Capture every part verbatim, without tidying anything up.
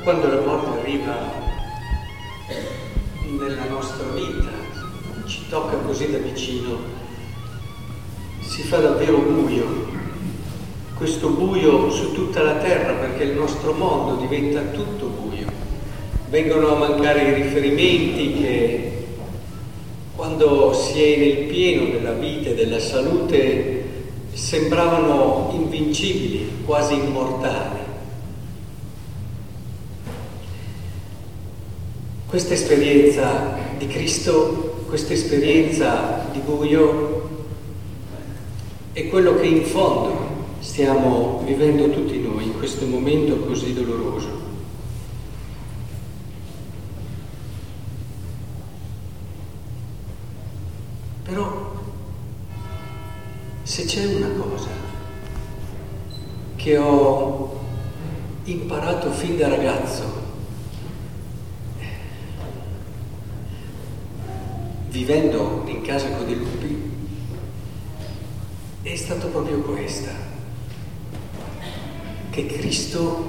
Quando la morte arriva nella nostra vita, ci tocca così da vicino, si fa davvero buio. Questo buio su tutta la terra, perché il nostro mondo diventa tutto buio. Vengono a mancare i riferimenti che, quando si è nel pieno della vita e della salute, sembravano invincibili, quasi immortali. Questa esperienza di Cristo, questa esperienza di buio, è quello che in fondo stiamo vivendo tutti noi in questo momento così doloroso. Però, se c'è una cosa che ho imparato fin da ragazzo, vivendo in casa con i lupi, è stato proprio questa, che Cristo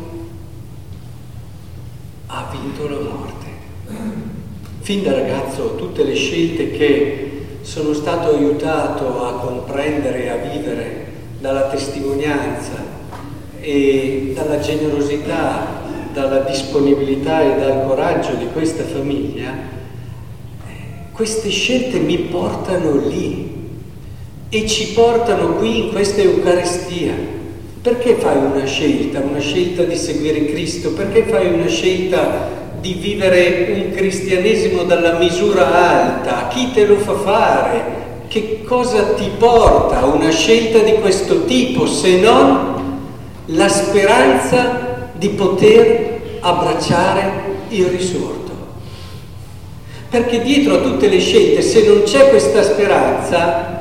ha vinto la morte. Fin da ragazzo tutte le scelte che sono stato aiutato a comprendere e a vivere dalla testimonianza e dalla generosità, dalla disponibilità e dal coraggio di questa famiglia, queste scelte mi portano lì e ci portano qui in questa Eucaristia. Perché fai una scelta, una scelta di seguire Cristo? Perché fai una scelta di vivere un cristianesimo dalla misura alta? Chi te lo fa fare? Che cosa ti porta a una scelta di questo tipo, se non la speranza di poter abbracciare il risorto? Perché dietro a tutte le scelte, se non c'è questa speranza,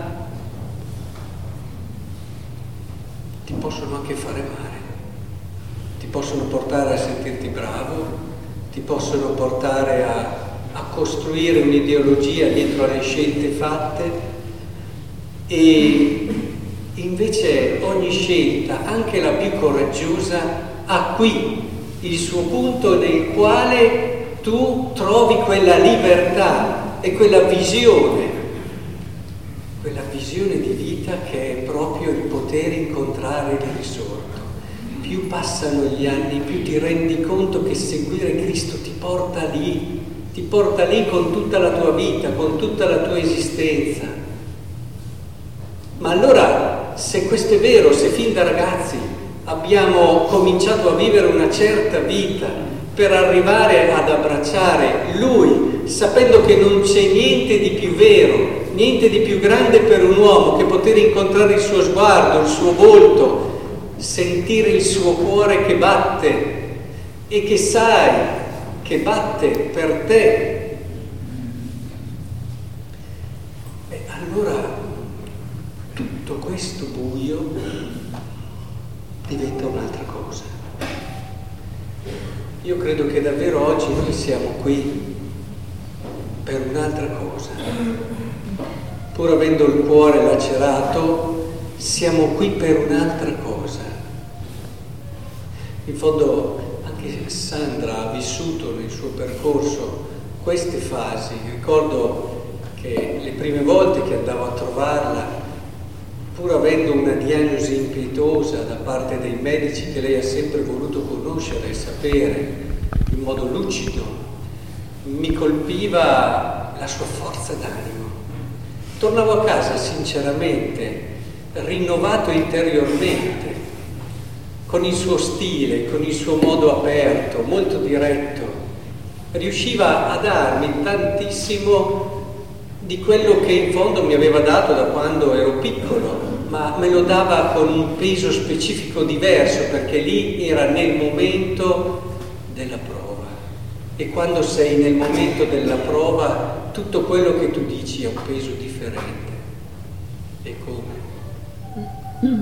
ti possono anche fare male, ti possono portare a sentirti bravo, ti possono portare a, a costruire un'ideologia dietro alle scelte fatte, e invece ogni scelta, anche la più coraggiosa, ha qui il suo punto nel quale tu trovi quella libertà e quella visione, quella visione di vita che è proprio il poter incontrare il risorto. Più passano gli anni, più ti rendi conto che seguire Cristo ti porta lì, ti porta lì con tutta la tua vita, con tutta la tua esistenza. Ma allora, se questo è vero, se fin da ragazzi abbiamo cominciato a vivere una certa vita per arrivare ad abbracciare Lui, sapendo che non c'è niente di più vero, niente di più grande per un uomo che poter incontrare il suo sguardo, il suo volto, sentire il suo cuore che batte e che sai che batte per te. E allora tutto questo buio diventa un'altra cosa. Io credo che davvero oggi noi siamo qui per un'altra cosa. Pur avendo il cuore lacerato, siamo qui per un'altra cosa. In fondo anche Sandra ha vissuto nel suo percorso queste fasi. Ricordo che le prime volte che andavo a trovarla, pur avendo una diagnosi impietosa da parte dei medici che lei ha sempre voluto conoscere e sapere in modo lucido, mi colpiva la sua forza d'animo. Tornavo a casa sinceramente, rinnovato interiormente, con il suo stile, con il suo modo aperto, molto diretto. Riusciva a darmi tantissimo di quello che in fondo mi aveva dato da quando ero piccolo, ma me lo dava con un peso specifico diverso, perché lì era nel momento della prova. E quando sei nel momento della prova, tutto quello che tu dici ha un peso differente. E come?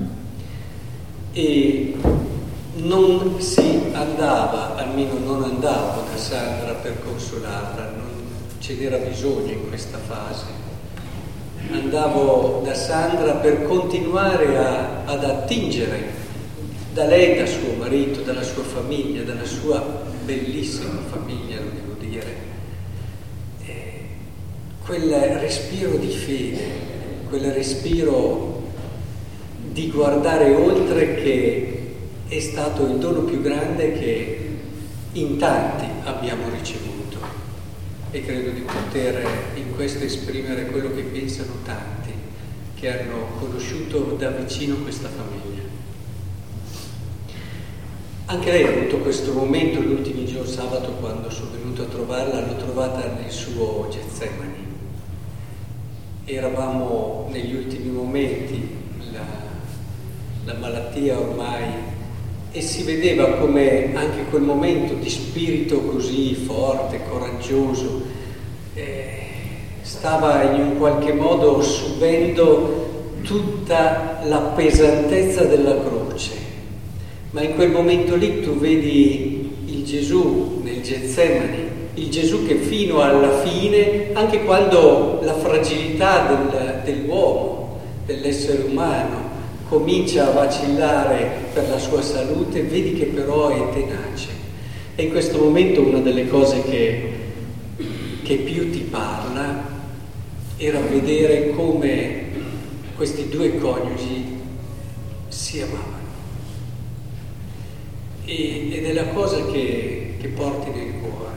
E non si andava, almeno non andavo da Sandra per consolarla, non ce n'era bisogno in questa fase. Andavo da Sandra per continuare a, ad attingere da lei, da suo marito, dalla sua famiglia, dalla sua bellissima famiglia, lo devo dire, eh, quel respiro di fede, quel respiro di guardare oltre, che è stato il dono più grande che in tanti abbiamo ricevuto, e credo di poter in questo esprimere quello che pensano tanti che hanno conosciuto da vicino questa famiglia. Anche lei ha avuto questo momento l'ultimo giorno, sabato, quando sono venuto a trovarla, l'ho trovata nel suo Getsemani. Eravamo negli ultimi momenti, la, la malattia ormai, e si vedeva come anche quel momento di spirito così forte, coraggioso, eh, stava in un qualche modo subendo tutta la pesantezza della croce. Ma in quel momento lì tu vedi il Gesù nel Getsemani, il Gesù che fino alla fine, anche quando la fragilità del, dell'uomo, dell'essere umano, comincia a vacillare per la sua salute, vedi che però è tenace. E in questo momento una delle cose che, che più ti parla era vedere come questi due coniugi si amavano. E, ed è la cosa che, che porti nel cuore.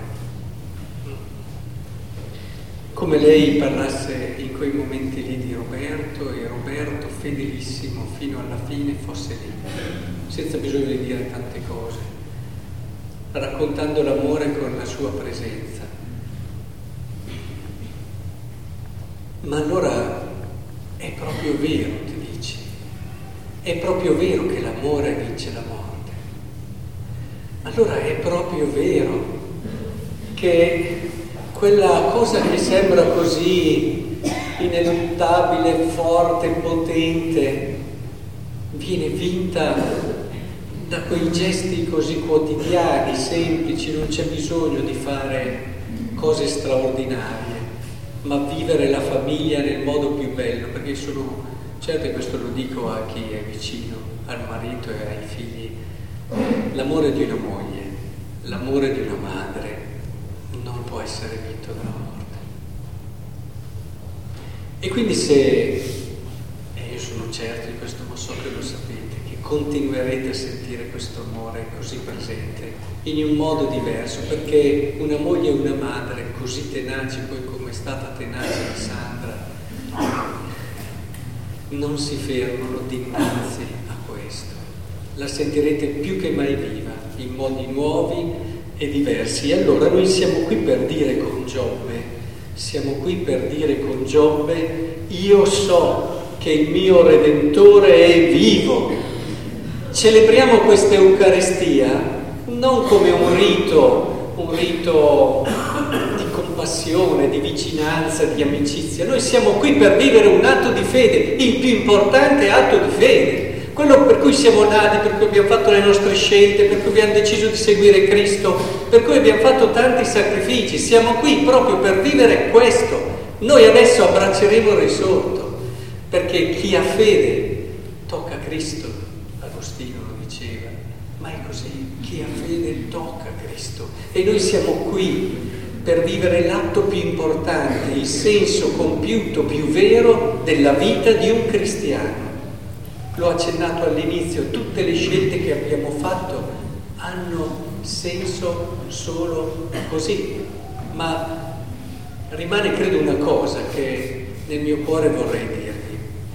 Come lei parlasse in quei momenti lì di Roberto, e Roberto, fedelissimo fino alla fine, fosse lì, senza bisogno di dire tante cose, raccontando l'amore con la sua presenza. Ma allora è proprio vero, ti dici, è proprio vero che l'amore vince la morte. Allora è proprio vero che quella cosa che sembra così ineluttabile, forte, potente, viene vinta da quei gesti così quotidiani, semplici. Non c'è bisogno di fare cose straordinarie, ma vivere la famiglia nel modo più bello, perché sono, certo, e questo lo dico a chi è vicino, al marito e ai figli, l'amore di una moglie, l'amore di una madre non può essere vinto dalla morte. E quindi se, e io sono certo di questo, ma so che lo sapete, che continuerete a sentire questo amore così presente in un modo diverso, perché una moglie e una madre così tenaci, poi come è stata tenace Alessandra, non si fermano dinanzi a questo. La sentirete più che mai viva, in modi nuovi e diversi. E allora noi siamo qui per dire con Giobbe, siamo qui per dire con Giobbe, io so che il mio Redentore è vivo. Celebriamo questa Eucaristia non come un rito, un rito di compassione, di vicinanza, di amicizia. Noi siamo qui per vivere un atto di fede, il più importante atto di fede. Quello per cui siamo nati, per cui abbiamo fatto le nostre scelte, per cui abbiamo deciso di seguire Cristo, per cui abbiamo fatto tanti sacrifici. Siamo qui proprio per vivere questo. Noi adesso abbracceremo il risorto, perché chi ha fede tocca Cristo. Agostino lo diceva, ma è così, chi ha fede tocca Cristo. E noi siamo qui per vivere l'atto più importante, il senso compiuto più vero della vita di un cristiano. L'ho accennato all'inizio, tutte le scelte che abbiamo fatto hanno senso solo così, ma rimane, credo, una cosa che nel mio cuore vorrei dirvi.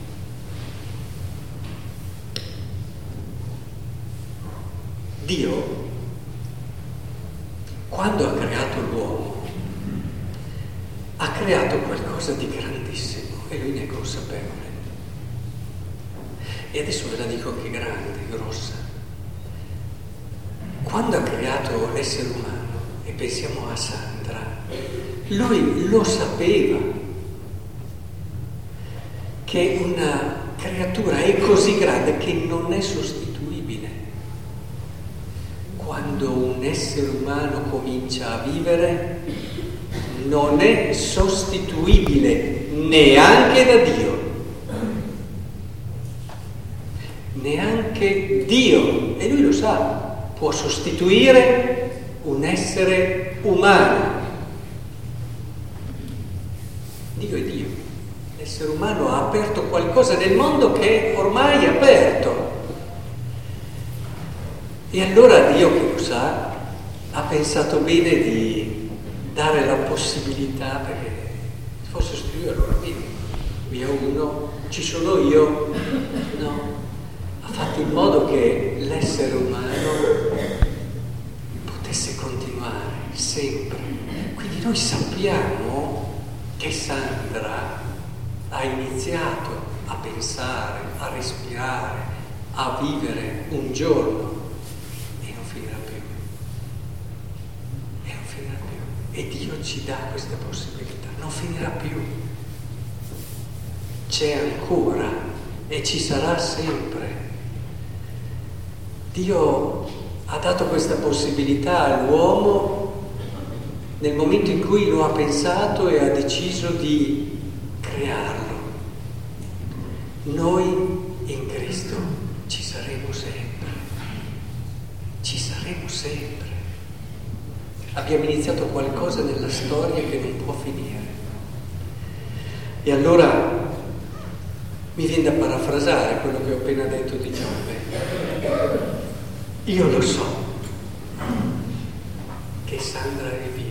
Dio, quando ha creato l'uomo, ha creato qualcosa di grandissimo e lui ne è consapevole. E adesso ve la dico anche grande, grossa. Quando ha creato l'essere umano, e pensiamo a Sandra, lui lo sapeva che una creatura è così grande che non è sostituibile. Quando un essere umano comincia a vivere, non è sostituibile neanche da Dio. Neanche Dio, e lui lo sa, può sostituire un essere umano. Dio è Dio. L'essere umano ha aperto qualcosa nel mondo che è ormai aperto. E allora Dio, che lo sa, ha pensato bene di dare la possibilità, perché se fosse stato io allora via, via uno, ci sono io, no, ha fatto in modo che l'essere umano potesse continuare sempre. Quindi noi sappiamo che Sandra ha iniziato a pensare, a respirare, a vivere un giorno e non finirà più. E non finirà più. E Dio ci dà questa possibilità. Non finirà più. C'è ancora e ci sarà sempre. Dio ha dato questa possibilità all'uomo nel momento in cui lo ha pensato e ha deciso di crearlo. Noi in Cristo ci saremo sempre, ci saremo sempre. Abbiamo iniziato qualcosa nella storia che non può finire. E allora mi viene da parafrasare quello che ho appena detto di Giobbe. Io lo so che Sandra è viva.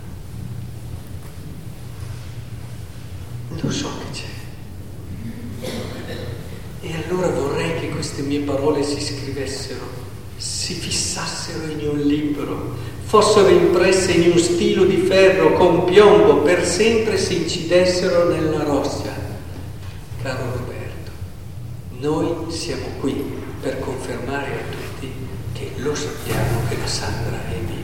Lo so che c'è. E allora vorrei che queste mie parole si scrivessero, si fissassero in un libro, fossero impresse in un stilo di ferro con piombo, per sempre si incidessero nella rossia. Caro Roberto, noi siamo qui per confermare a tutti che lo sappiamo che la Sandra è viva.